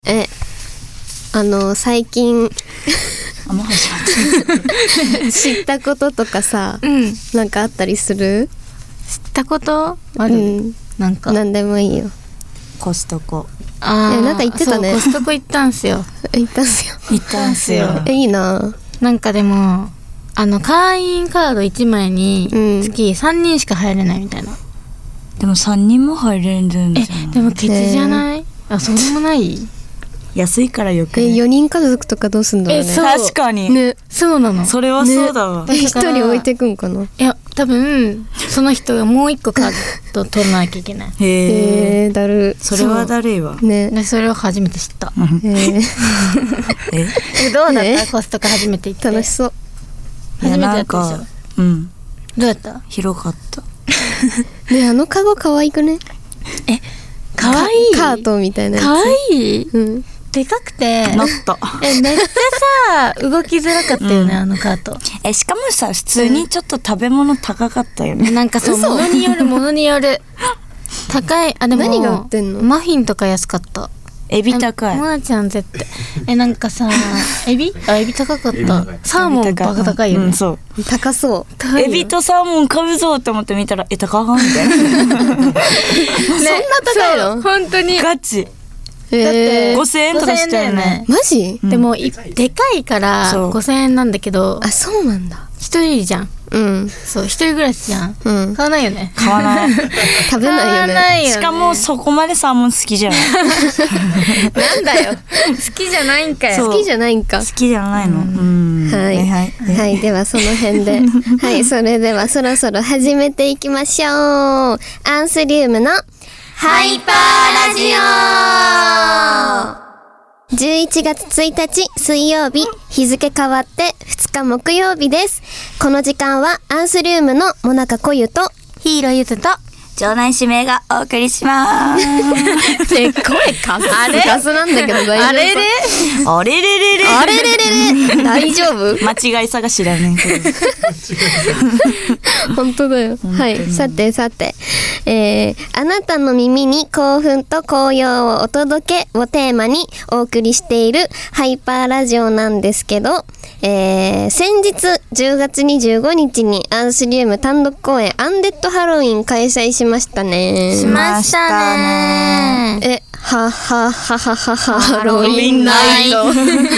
最近もう始まって知ったこととかさ、なんかあったりする？ 知ったことある？なんか何でもいいよ。 コストコなんか言ってたね。 そうコストコ行ったんすよ。 行ったんすよ。 行ったんすよ。 いいな。 なんかでも会員カード1枚につき3人しか入れないみたいな。 でも3人も入れるんじゃない？ でもケチじゃない？そうでもない？ 安いからよくね。 4人家族とかどうすんだろうね。 確かにね。 そうなの。 それはそうだわ。 1人置いてくんかな。 いや多分その人がもう1個カード取らなきゃいけない。 へえ。 だる。 それはだるいわ。 ね。 でそれを初めて知った。どうだった？コストコ初めて行って。 楽しそう。 初めてやったでしょ。 うん。 どうやった？ 広かった。 ね、カゴ可愛くね？ かわいい。 カートみたいなやつ。 かわいい。でかくてなった。 めっちゃさ動きづらかったよね、カート。 しかもさ普通にちょっと食べ物高かったよね。 なんかそう物による高い。でも何が売ってんの？ マフィンとか安かった。 エビ高い。 もなちゃん絶対なんかさエビ高かった。サーモンバカ高いよね。 そう高そう。 エビとサーモン買うぞって思って見たら高かんみたいな。 そんな高いの？ 本当にガチ。 だって 5000円とかしたよね。 マジ？ でもでかいから5000円なんだけど。 そうなんだ。 一人じゃん。そう一人暮らしじゃん。買わないよね。 買わない。 食べないよね。 しかもそこまでサーモン好きじゃない。 なんだよ。好きじゃないんかよ。 好きじゃないんか。 好きじゃないの。 はい、ではその辺ではい、それではそろそろ始めていきましょう。アンスリウムのハイパーラジオ11月1日水曜日、日付変わって2日木曜日です。この時間はアンスリウムのもなかこゆとヒーローゆずと場内指名がお送りします。 声カスなんだけど大丈夫？ あれれ大丈夫？ 間違い探しだね。 本当だよ。はい、さて、あなたの耳に興奮と高揚をお届けをテーマにお送りしているハイパーラジオなんですけど、先日10月25日にアンスリウム単独公演アンデッドハロウィン開催しましたね。 しましたね。 ハロウィンナイト。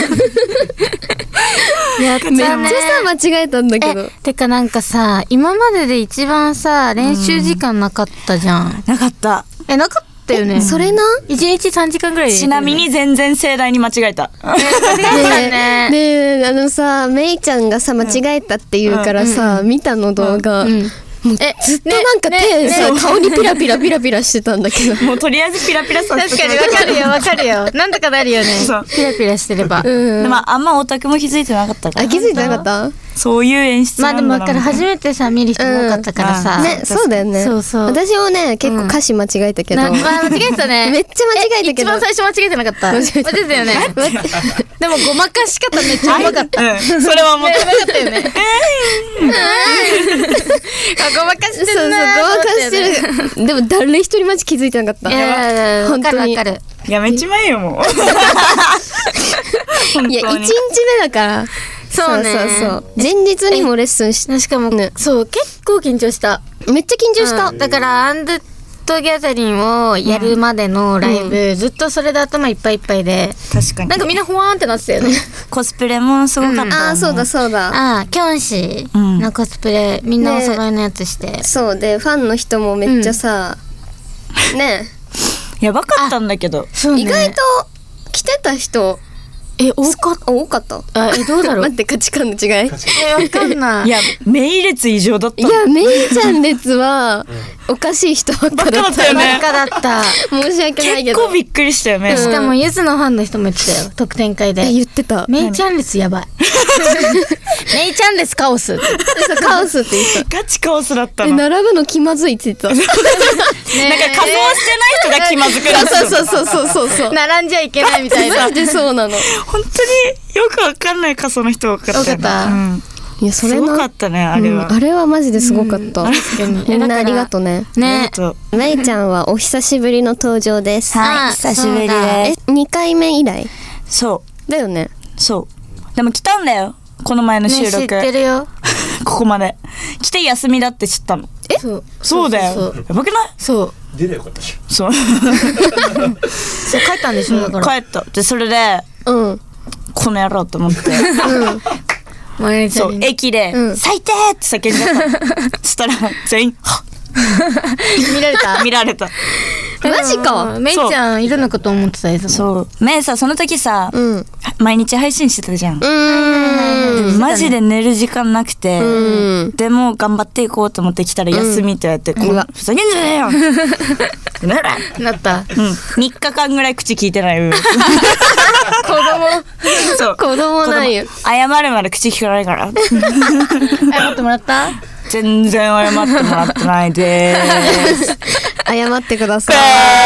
めっちゃさ間違えたんだけど。 てかなんかさ、今までで一番さ練習時間なかったじゃん。 なかった。 なかったよね。 それな。 1日3時間ぐらいで。 ちなみに全然盛大に間違えた。 間違えたね。 ねえさ、めいちゃんがさ間違えたって言うからさ、見たの動画。もうずっとなんか手さ、顔にピラピラしてたんだけど、 もうとりあえずピラピラさせて。 確かにわかるよ。なんとかなるよね。ピラピラしてれば。 でもあんまオタクも気づいてなかったから。 気づいてなかった？ そういう演出なんだな。 まあでも分かる。初めてさ見る人も多かったからさ。 ね、そうだよね。 そう。 私もね結構歌詞間違えたけど。 間違えたね。 めっちゃ間違えたけど。 一番最初間違えてなかった。間違えたよね。でもごまかし方めっちゃうまかった。 それはもう。 うまかったよね。ごまかしてるな。 ごまかしてる。でも誰一人マジ気づいてなかった。 いや本当に。 やめちまえよもう。 いや1日目だから。そう前日にもレッスンして、 しかもそう結構緊張した。 めっちゃ緊張した。 だからアンデッドギャザリンをやるまでのライブ、ずっとそれで頭いっぱいいっぱいで、 確かになんかみんなほわーんってなってたよね。 コスプレもすごかった。 あ、そうだキョンシーのコスプレ、みんなお揃いのやつして、 そうでファンの人もめっちゃさ、ねやばかったんだけど、 意外と来てた人多かった。 どうだろう。 待って、価値観の違い。 わかんない。 いやメイ列異常だった。 いやメイちゃん列はおかしい人ばっかだったよね。 バカだった。 申し訳ないけど。 結構びっくりしたよね。 しかもゆずのファンの人も言ってたよ、特典会で。 言ってた。 メイちゃん列やばい。メイちゃん列カオス。 カオスって言ってた。ガチカオスだったの。 並ぶの気まずいって言ってた。 なんか仮装してない人が気まずくなった。 そう。 並んじゃいけないみたいな。 マジでそうなの。 本当によくわかんない仮装の人多かった。 いいやそれすごかったねあれは、 あれはマジですごかった、みんなありがとね。 ね。 めいちゃんはお久しぶりの登場です。 はい、久しぶりです。 2回目以来そうだよね。 そうでも来たんだよこの前の収録、 ね、知ってるよここまで来て休みだって知ったの。そうだよ。やばくない？ そう出りゃよかったじゃん。 そうそう帰ったんでしょだから帰ったでそれでこの野郎と思ってそう駅で最低って叫んじゃったそしたら全員はっ見られたマジか。 めいちゃんいるのかと思ってたやつ。 そうめいさその時さ毎日配信してたじゃん。マジで寝る時間なくてでも頑張っていこうと思って来たら休みって言われてふざけんじゃねえよなった 3日間ぐらい口聞いてない子供ないよ。 謝るまで口聞かないから謝ってもらった？ 全然謝ってもらってないでーす謝ってくださ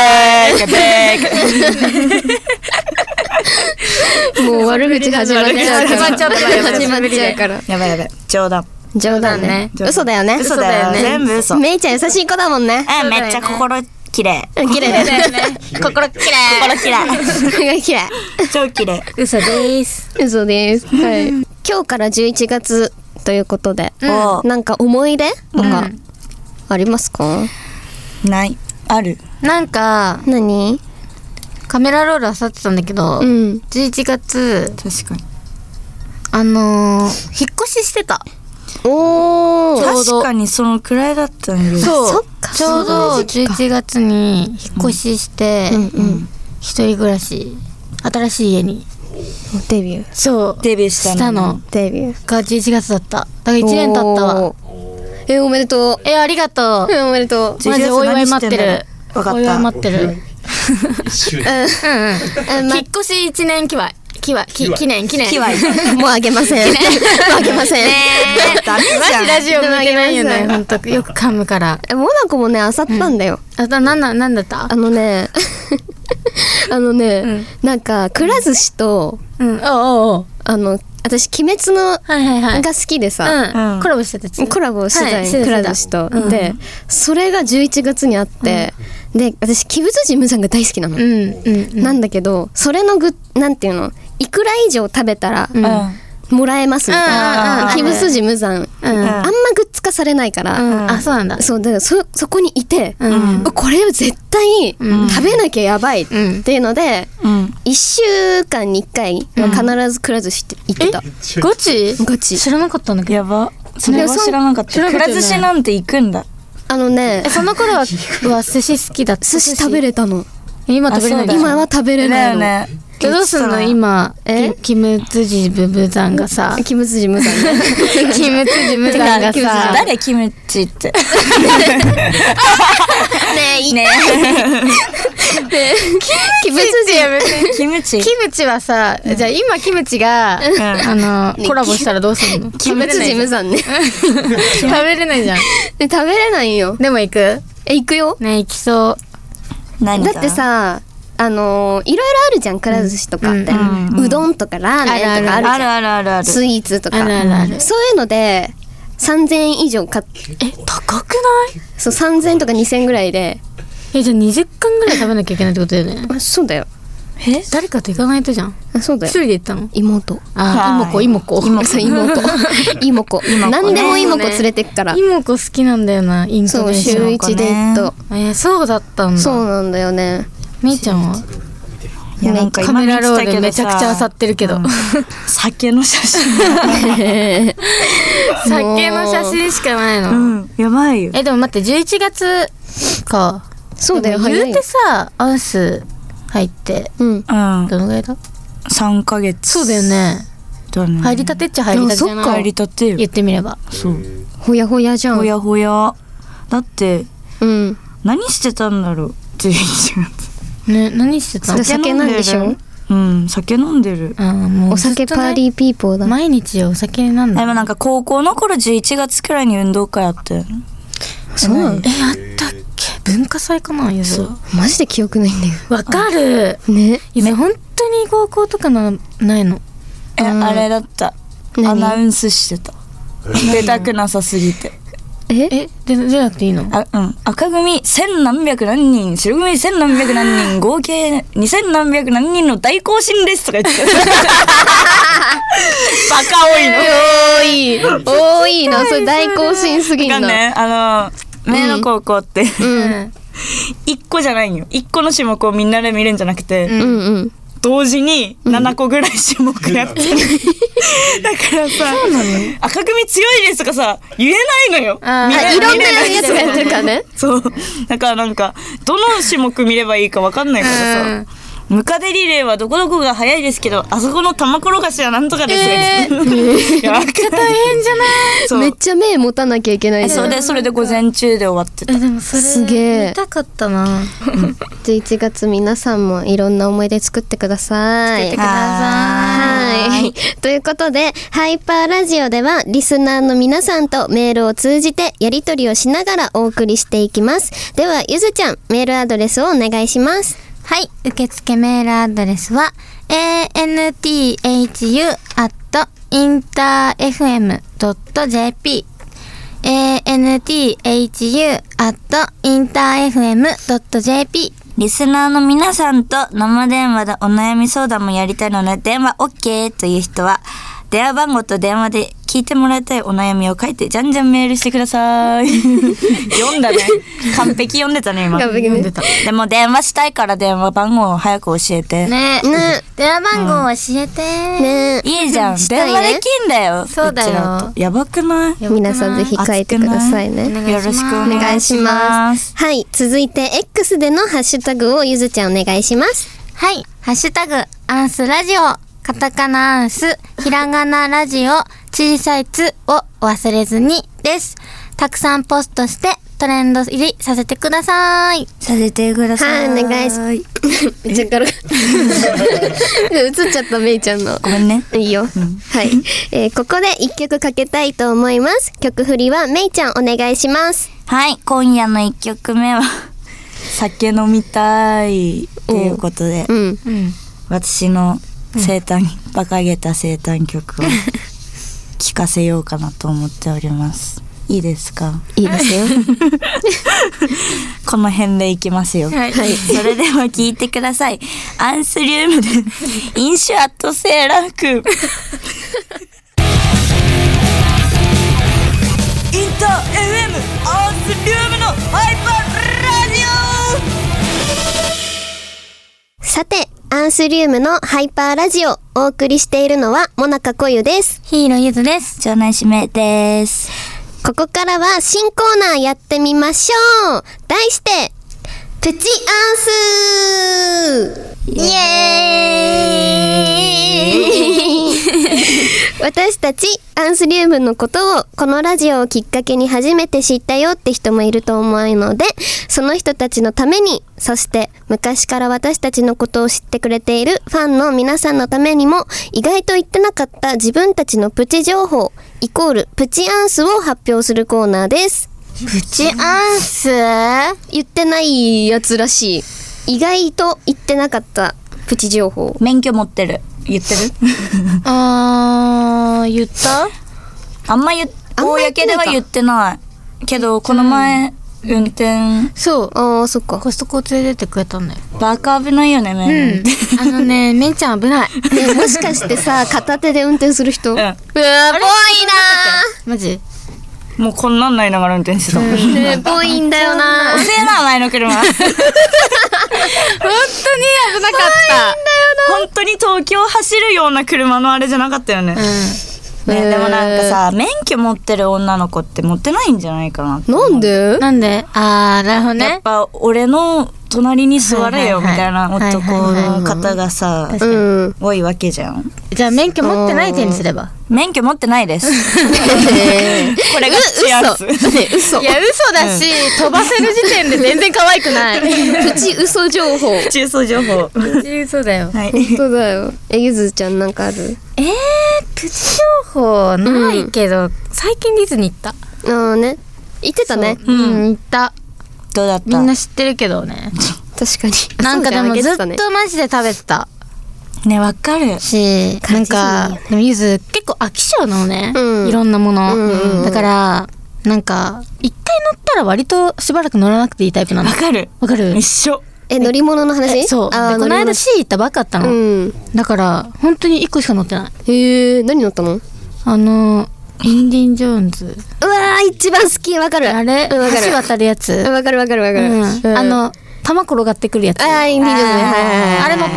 い。もう悪口始まっちゃうからやばい冗談ね。嘘だよね。 全部嘘。 めいちゃん優しい子だもんね。 めっちゃ心綺麗だよね。 心綺麗超綺麗。 嘘ですはい。今日から11月ということでなんか思い出とかありますか？ ないある。 なんか何カメラロール漁ってたんだけど11月確かに引っ越ししてた。 おー確かにそのくらいだったんでそうちょうど11月に引っ越しして一人暮らし新しい家にデビューそうデビューしたのデビューが11月だった。だから1年経ったわ。 おめでとう。 ありがとう。 おめでとう。 マジお祝い待ってる。 分かった。 お祝い待ってる。引っ引越し1年記念もうあげません。 ダメじゃん。 ラジオ向けないよね。本当よく噛むから。 モナコもね漁ったんだよ。 なんだった？ なんかくら寿司と私鬼滅のが好きでさコラボしてたやつ。 コラボしてたよくら寿司とでそれが11月にあってで私鬼物寺無惨が大好きなのなんだけどそれのなんていうのいくら以上食べたらもらえますみたいな鬼物寺無惨あんまグッズ化されないからあそうなんだ。 そうだからそこにいてこれを絶対食べなきゃやばいっていうので1週間に1回は必ずくら寿司って行ってた。 ガチ？知らなかったんだけど。 やばそれは知らなかった。くら寿司なんて行くんだ。 その頃は寿司好きだった。 寿司食べれたの。 今食べれない。 今は食べれないの。 どうすんの今鬼滅寺無惨がさ鬼滅寺無惨ね鬼滅寺無惨がさ誰キムチってねキムチやめて。 キムチはさじゃあ今キムチがコラボしたらどうするの？ 鬼滅寺無惨ね食べれないじゃん。 食べれないよ。 でも行く？ 行くよ。 ね行きそう。 だってさいろいろあるじゃんくら寿司とかってうどんとかラーメンとかあるじゃんスイーツとかそういうので3000円以上高くない？そう3000円とか2000円ぐらいでじゃあ20貫ぐらい食べなきゃいけないってことだよね。 そうだよ。 誰かと行かないとじゃん。 そうだよ。 一人で行ったの？ 妹。 妹何でも妹連れてくから。 妹好きなんだよな。イントネーション。 そう週1で行った。そうだったんだ。 そうなんだよね。 みーちゃんは？カメラロールめちゃくちゃ漁ってるけど酒の写真酒の写真しかないの。 やばいよ。 でも待って11月か。 そうだよ。 言うてさアース入ってどのぐらいだ ？3ヶ月。 そうだよね。入りたてっちゃ入りたてじゃない？ 入りたてよ。 言ってみればそうほやほやじゃん。 ほやほやだって何してたんだろう11月ね。何してたの？ 酒なんでしょ？ 酒飲んでる。 もうお酒パーリーピーポーだ。 毎日お酒なんだ。 でもなんか高校の頃11月くらいに運動会あってそうなの？ あったっけ？文化祭かな？ マジで記憶ないんだよ。 わかるね。 本当に高校とかないの？ あれだった。アナウンスしてた。 出たくなさすぎて。 出なくていいの？ 赤組千何百何人、白組千何百何人、合計2000何百何人の大行進ですとか言ってバカ多いの。 多いの。それ大行進すぎんの。 ね、名の高校って一個じゃないよ。一個の種目をみんなで見るんじゃなくて、同時に7個ぐらい種目やってる、だからさ、赤組強いですとかさ言えないのよ。 いろんなやつがやってるからね。 そうだからなんかどの種目見ればいいか分かんないからさ、ムカデリレーはどこどこが早いですけど、あそこの玉転がしはなんとかですね。 めっちゃ大変じゃない？ めっちゃ目持たなきゃいけない。 それで午前中で終わってた。 でもそれすげえ見たかったな。 11月皆さんもいろんな思い出作ってください。 作ってください。 はい。ということで、ハイパーラジオではリスナーの皆さんとメールを通じてやり取りをしながらお送りしていきます。ではゆずちゃん、メールアドレスをお願いします。 はい、受付メールアドレスは anthu@interfm.jp anthu@interfm.jp。 リスナーの皆さんと生電話でお悩み相談もやりたいので、電話 OK という人は電話番号と電話で聞いてもらいたいお悩みを書いてじゃんじゃんメールしてください。読んだね。完璧読んでたね今。 完璧読んでた。でも電話したいから電話番号を早く教えて。 ね。電話番号教えて。 ね。 いいじゃん。電話できんだよ。 そうだよ。 やばくない？ 皆さんぜひ書いてくださいね。 よろしくお願いします。 はい、続いて X でのハッシュタグをゆずちゃんお願いします。 はい、ハッシュタグアンスラジオ、カタカナアンス、ひらがなラジオ、小さいつをお忘れずにです。たくさんポストしてトレンド入りさせてください。 させてください。 はい、お願いします。めっちゃ軽く映っちゃっためいちゃんの。 ごめんね。 いいよ。はい、ここで一曲かけたいと思います。曲振りはめいちゃんお願いします。 はい、今夜の1曲目は酒飲みたいということで、私の馬鹿げた生誕曲を聴かせようかなと思っております。いいですか？ いいですよ。 この辺でいきますよ。はい、それでは聴いてください。アンスリウムで飲酒アットセーラーくん。インター FM アンスリウムのハイパーラジオ。さて、アンスリウムのハイパーラジオ、お送りしているのはモナカコユです。 ヒーローゆずです。 城内しめです。 ここからは新コーナーやってみましょう。題してプチアンス。イエーイ。私たちアンスリウムのことをこのラジオをきっかけに初めて知ったよって人もいると思うので、その人たちのために、そして昔から私たちのことを知ってくれているファンの皆さんのためにも、意外と言ってなかった自分たちのプチ情報イコールプチアンスを発表するコーナーです。 プチアンス？ 言ってないやつらしい。意外と言ってなかったプチ情報。 免許持ってる。言ってる？ 言ったあんま公では言ってないけど、この前、運転そう、 ああそっか、 コストコ連れてってくれたんだよ。 バカ危ないよね、めん、 めんちゃん危ない。 もしかしてさ片手で運転する人、うわぽいなマジもうこんなんないながら運転してたもん、 ぽいんだよな。 遅えな前の車。本当に危なかった。本当に東京走るような車のあれじゃなかったよね、ね、でもなんかさ、免許持ってる女の子って持ってないんじゃないかな。 なんで？ なるほどね。 やっぱ俺の隣に座れよみたいな男の方がさ、多いわけじゃん。 じゃあ免許持ってない手にすれば。 免許持ってないです。これがプチアンス。 嘘。 いや嘘だし、飛ばせる時点で全然可愛くない。 プチ嘘情報。 プチ嘘情報。 プチ嘘だよ。 本当だよ。ゆずちゃんなんかある？ プチ情報ないけど、最近ディズニー行った。 ああね。行ってたね。 行った。 どうだった？ みんな知ってるけどね。 確かに。 なんかでもずっとマジで食べてた。 ね、わかるし、なんかでもゆず結構飽き性なのね、いろんなもの、だからなんか一回乗ったら割としばらく乗らなくていいタイプなの。 わかる一緒。 乗り物の話？ そう。でこの間 C 行ったばっかあったの、だから本当に1個しか乗ってない。 へえ、何乗ったの？ インディ・ジョーンズ。 うわー、一番好き。わかる。 あれ、橋渡るやつ。 わかる。 玉転がってくるやつ。 インディ・ジョーンズ。 あれ乗った。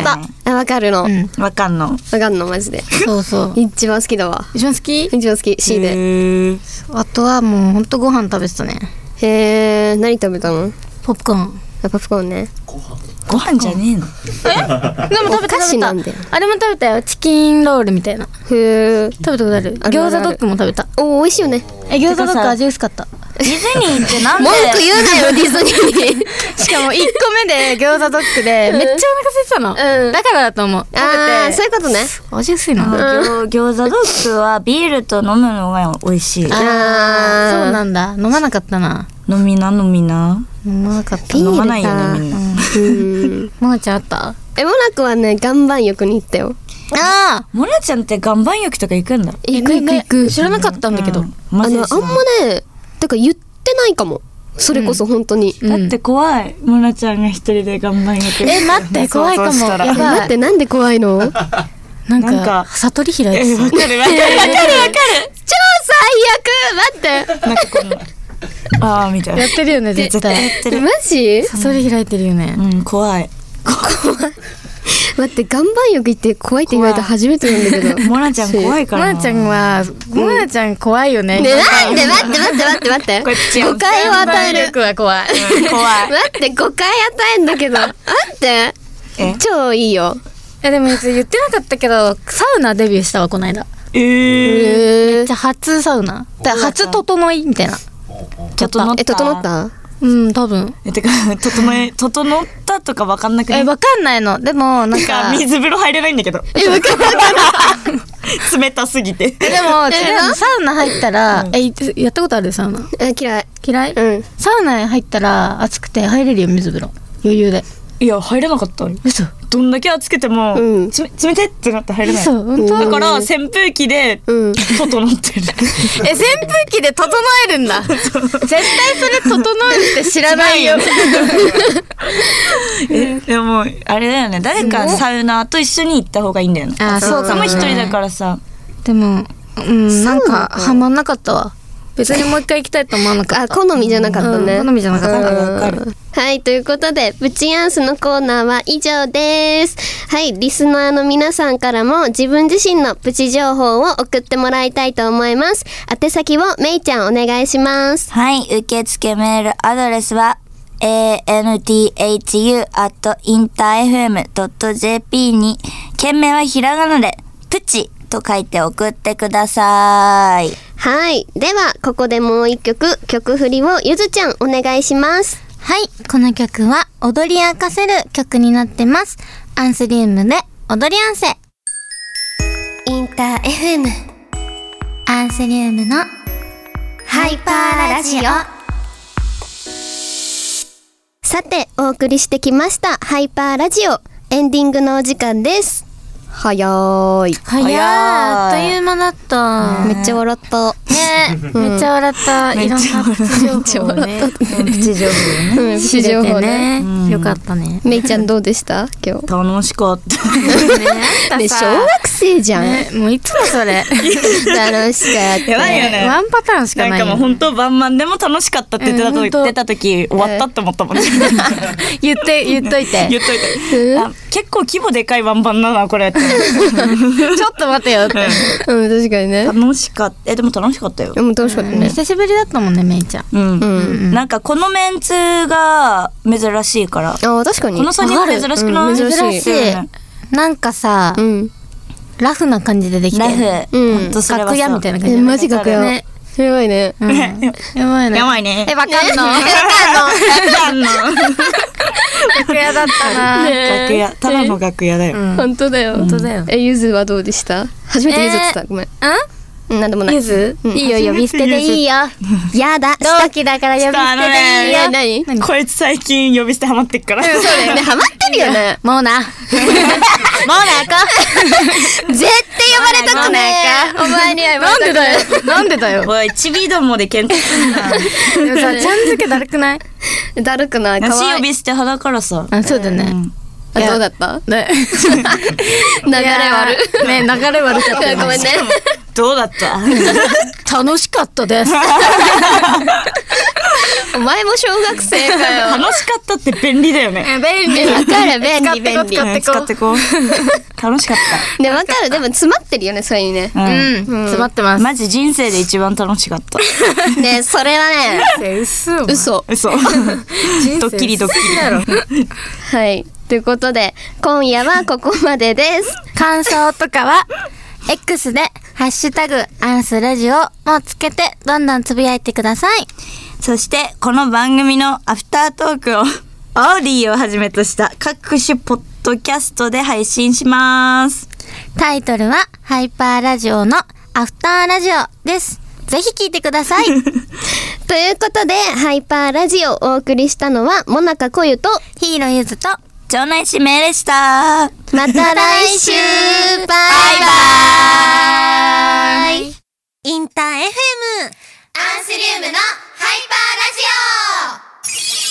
わかるの。 わかんのマジで。 そうそう。 一番好きだわ。 一番好き C で。 あとはもうほんとご飯食べてたね。 へえ、何食べたの？ ポップコーン。 ポップコーンね。 ご飯じゃねえの？ でも食べた。あれも食べたよ。チキンロールみたいな。 へえ。 食べたことある？餃子ドッグも食べた。 お、美味しいよね。 餃子ドッグ味薄かった。 ディズニーってなんで文句言うなよ、ディズニー。 しかも1個目で餃子ドッグでめっちゃお腹空いてたの。だからだと思う。食べて。 そういうことね。 味薄いな。 餃子ドッグはビールと飲むのが美味しい。 そうなんだ。飲まなかったな。 飲みな。 飲まなかった。 飲まないよね、みんな。 モナちゃんあった？ モナクはね、岩盤浴に行ったよ。 モナちゃんって岩盤浴とか行くんだ。 行く。知らなかったんだけど。 あんまね、だから言ってないかも。それこそ本当に。 だって怖い。モナちゃんが一人で岩盤浴。 待って、怖いかも。 待って、なんで怖いの？ なんか悟り開いてわかる。超最悪。待って。 なんかこのみたいな。 やってるよね、絶対。 マジ？ 悟り開いてるよね。 怖い。 待って、岩盤浴行って怖いって言われた初めてなんだけど。 モナちゃん怖いから。 モナちゃん怖いよね。 なんで？待って。誤解を与える。 怖い。 怖い。待って、誤解与えんだけど。待って。超いいよ。 でも言ってなかったけど、サウナデビューしたわ、この間。めっちゃ初サウナ。初整いみたいな。 整った？ 多分。 てか整ったとか分かんなくない？ 分かんないの。でもなんか水風呂入れないんだけど。 分かんない冷たすぎて。 でもサウナ入ったらやったことある？サウナ嫌い？ サウナ入ったら暑くて入れるよ、水風呂余裕で。 いや、入れなかった。 嘘。 どんだけ暑くても冷てってなって入れない。 そう、本当。 だから扇風機で整ってる。 扇風機で整えるんだ。絶対それ整うって知らないよ。 でもあれだよね、誰かサウナーと一緒に行った方がいいんだよね。そうかも。一人だからさ。 でもなんかハマんなかったわ。別にもう一回行きたいと思わなかった。 好みじゃなかったね。 好みじゃなかった。 はい、ということでプチアンスのコーナーは以上です。はい、リスナーの皆さんからも自分自身のプチ情報を送ってもらいたいと思います。宛先をめいちゃんお願いします。 はい、受付メールアドレスはanthu@interfm.jp に、件名はひらがなでプチと書いて送ってください。 はい、ではここでもう一曲、曲振りをゆずちゃんお願いします。 はい、この曲は踊り明かせる曲になってます。アンスリウムで踊りアンセ。 インター FM アンスリウムのハイパーラジオ。さてお送りしてきましたハイパーラジオ、エンディングのお時間です。早い。 あっという間だった。 めっちゃ笑ったね。めっちゃ笑った。いろんなプチ情報ね。 プチ情報ね。 プチ情報ね。 よかったね。 めいちゃんどうでした今日？ 楽しかった。 ね、小学生じゃん。 もういつもそれ。 楽しかった。 やばいよね。 ワンパターンしかない。 なんかもう本当バンマンでも楽しかったって言ってた時終わったって思ったもんね。 言っといて。 結構規模でかいワンバンだなこれって。ちょっと待てよって。 確かにね。 楽しかった。でも楽しかったよ。 楽しかったね。 久しぶりだったもんね、めいちゃん。 なんかこのメンツが珍しいから。 確かに。 この3人珍しくない？ 珍しい。なんかさ、ラフな感じでできてる。 ラフ。 楽屋みたいな感じ。 マジ楽屋。やばいね。 やばいね。わかんの。楽屋だったな。 楽屋、ただの楽屋だよ。 本当だよ。ゆずはどうでした？初めてゆずって言った。ごめん。なんでもない。 ゆず？いいよ、呼び捨てでいいよ。 やだ。 同期だから呼び捨てでいいよ。 何？こいつ最近呼び捨てハマってっから。 そうだよね。ハマってるよね。 もうな。 絶対呼ばれたくねえ。お前には呼ばれたくない。 なんでだよ。 おい、ちびどもで検討するな。 でもさ、ちゃん付けだるくない？ だるくない。 梨呼び捨て派だからさ。 あ、そうだね。 どうだった？ ね。 流れ悪。 ね、流れ悪かった。 ごめんね。 どうだった？ 楽しかったです。 お前も小学生かよ。 楽しかったって便利だよね。 便利。 わかる、便利便利。 使ってこう。楽しかった。 ね、わかる。でも詰まってるよね、それにね。 詰まってます。 マジ人生で一番楽しかった。 ね、それはね、 嘘。 ドッキリドッキリ。 はい。ということで、今夜はここまでです。 感想とかは X でハッシュタグアンスラジオもつけてどんどんつぶやいてください。 そしてこの番組のアフタートークをオーディをはじめとした各種ポッドキャストで配信します。 タイトルはハイパーラジオのアフターラジオです。ぜひ聞いてください。 ということで、ハイパーラジオをお送りしたのはモナカコユとヒーローゆずと城内指名でした。 また来週。バイバイ。 インター FM アンスリウムのハイパーラジオ。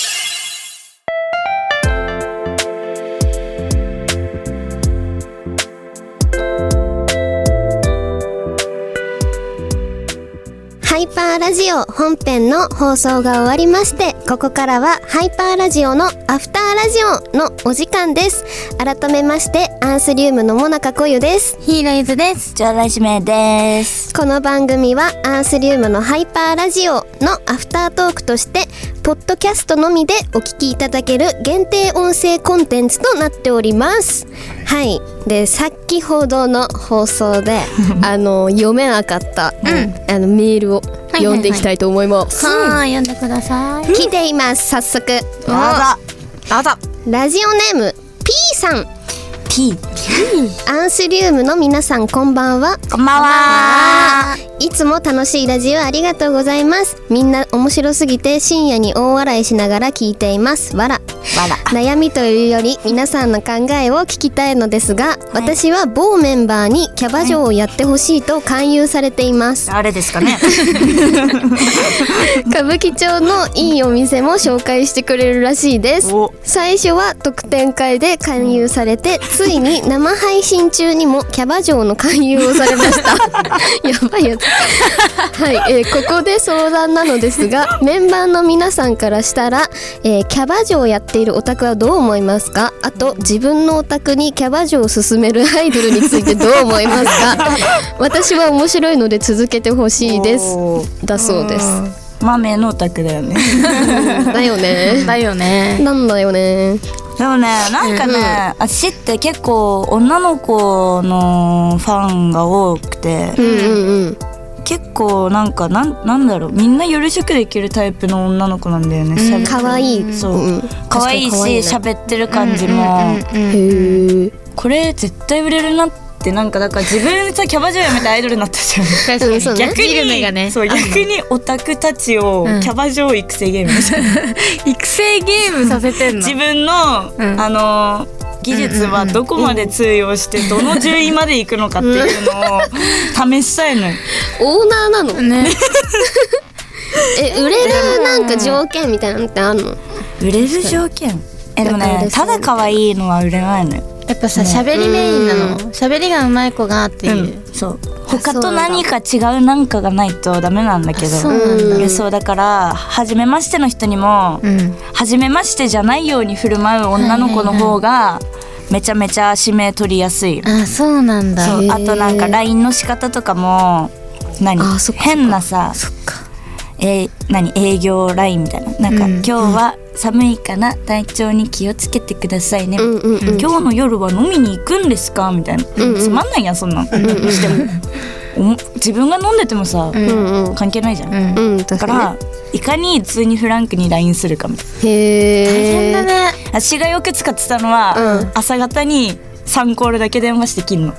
ハイパーラジオ本編の放送が終わりまして、ここからはハイパーラジオのアフターラジオのお時間です。改めましてアンスリウムのモナカコユです。 ヒーローゆずです。 城内指名です。 この番組はアンスリウムのハイパーラジオのアフタートークとしてポッドキャストのみでお聞きいただける限定音声コンテンツとなっております。はい。で、先ほどの放送で読めなかった、メールを読んでいきたいと思います。 はい、読んでください。 来ています。早速どうぞ。 ラジオネーム P さん。 P。 アンスリウムの皆さん、こんばんは。 こんばんは。 いつも楽しいラジオありがとうございます。みんな面白すぎて深夜に大笑いしながら聞いています。わら。悩みというより皆さんの考えを聞きたいのですが、私は某メンバーにキャバ嬢をやってほしいと勧誘されています。 誰ですかね。 歌舞伎町のいいお店も紹介してくれるらしいです。最初は特典会で勧誘されて、ついに生配信中にもキャバ嬢の勧誘をされました。やばいやつ。はい、ここで相談なのですが、メンバーの皆さんからしたら、キャバ嬢をやっているオタクはどう思いますか？あと自分のオタクにキャバ嬢を勧めるアイドルについてどう思いますか？私は面白いので続けてほしいです。だそうです。 豆のオタクだよね。 だよね。 だよね。 なんだよね。 でもね、なんかね、私って結構女の子のファンが多くて、結構なんかなんだろう、みんな夜食できるタイプの女の子なんだよね。 可愛い。 そう、可愛いし喋ってる感じも、これ絶対売れるなってなんかだから自分さキャバ嬢やめてアイドルになったじゃん。逆にそう、逆にオタクたちをキャバ嬢育成ゲーム育成ゲームさせてんの。 自分の技術はどこまで通用してどの順位まで行くのかっていうのを試したいのよ。 オーナーなのね。売れるなんか条件みたいなのってあるの？ 売れる条件？でもね、ただ可愛いのは売れないのよ。 やっぱさ、喋りメインなの。喋りが上手い子がっていう。 そう。他と何か違うなんかがないとダメなんだけど。そうだから初めましての人にも、初めましてじゃないように振る舞う女の子の方がめちゃめちゃ指名取りやすい。 あ、そうなんだ。 そう、あとなんか LINE の仕方とかも変なさ、営業 LINE みたいな、なんか、今日は寒いかな、体調に気をつけてくださいね、今日の夜は飲みに行くんですかみたいな、つまんないやんそんなん、しても自分が飲んでてもさ、関係ないじゃん、だからいかに普通にフランクに LINE するかみたいな。 へー、 大変だね。 私がよく使ってたのは、朝方に 3コールだけ電話して切んの。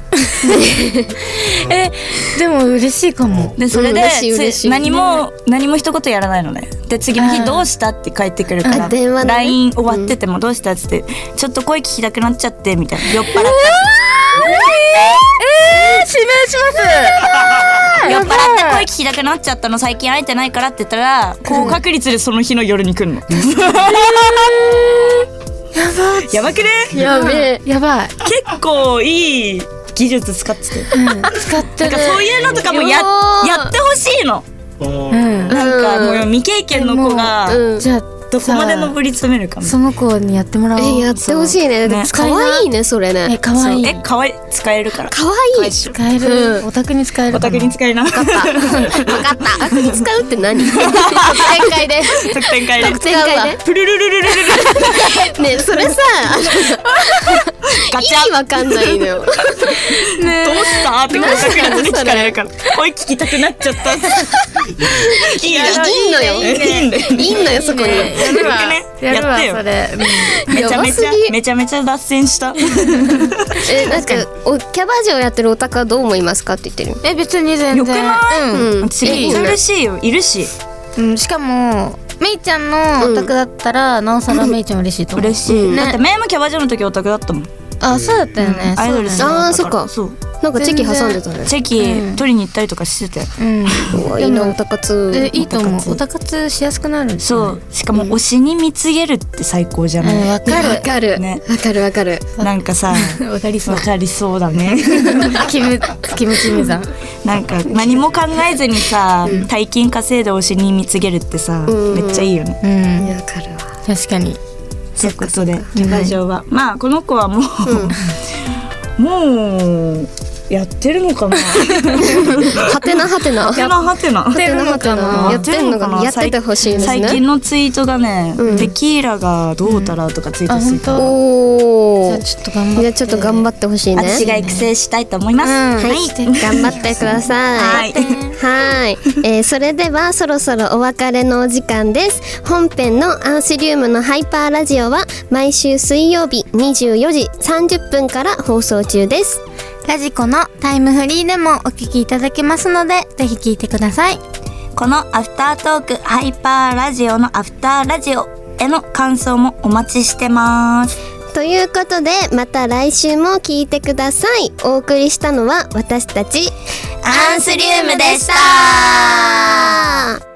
でも嬉しいかも。 でそれで、 嬉しい何も一言やらないのね。で次の日どうしたって帰ってくるから電話でね LINE 終わっててもどうしたっつってちょっと声聞きたくなっちゃってみたいな。酔っ払った指名します酔っ払って声聞きたくなっちゃったの最近会えてないからって言ったら高確率でその日の夜に来るの。やばくね？ やべえ。 やばい。 結構いい技術使ってて、 使ってる。 なんかそういうのとかもやってほしいの。なんかもう未経験の子がじゃあどこまで上り詰めるかも。 その子にやってもらおう。 やってほしいね。可愛いねそれね。 可愛い。 可愛い使えるから。 可愛い。 使える。お宅に使える。 お宅に使えるな。 分かった。お宅に使うって何？特典会で。 特典会で。 特典会で。 プルルルルルルル。 ねそれさ、 ガチャ。 意味わかんないのよ。 どうしたって高確率で聞かれるから。声聞きたくなっちゃった。いいのよ。いいのよそこに。 やるわそれ。 めちゃめちゃ脱線した。 なんかキャバ嬢やってるオタクはどう思いますかって言ってる。 別に全然。 よくない？私めっちゃ嬉しいよ。いるし。 しかもめいちゃんのオタクだったらなおさらめいちゃん嬉しいと思う。 嬉しい。だってめいもキャバ嬢の時オタクだったもん。 あ、そうだったよね。 アイドル好きだったから。 そっか。 そう。 なんかチェキ挟んでたね。 チェキ取りに行ったりとかしてたよ。 いいなオタ活。 いいと思う。オタ活しやすくなる。 そう。しかも推しに貢げるって最高じゃない。 わかる。 ね。 わかる。 なんかさ、 わかりそうだね。 キムさん。 なんか何も考えずにさ、大金稼いで推しに貢げるってさ、めっちゃいいよね。 わかるわ。 確かに。 ということでキャバ嬢はまあこの子はもうやってるのかな。 はてなやってんのかな。 やってんのかな。やっててほしいですね。 最近のツイートがね、テキーラがどうたらとかツイートしてた。 おお。 じゃあちょっと頑張ってほしいね。 私が育成したいと思います。 はい、頑張ってください。はい。それではそろそろお別れのお時間です。本編のアンスリウムのハイパーラジオは毎週水曜日24時30分から放送中です。 ラジコのタイムフリーでもお聞きいただけますのでぜひ聞いてください。 このアフタートークハイパーラジオのアフターラジオへの感想もお待ちしてます。 ということでまた来週も聞いてください。お送りしたのは私たちアンスリウムでした。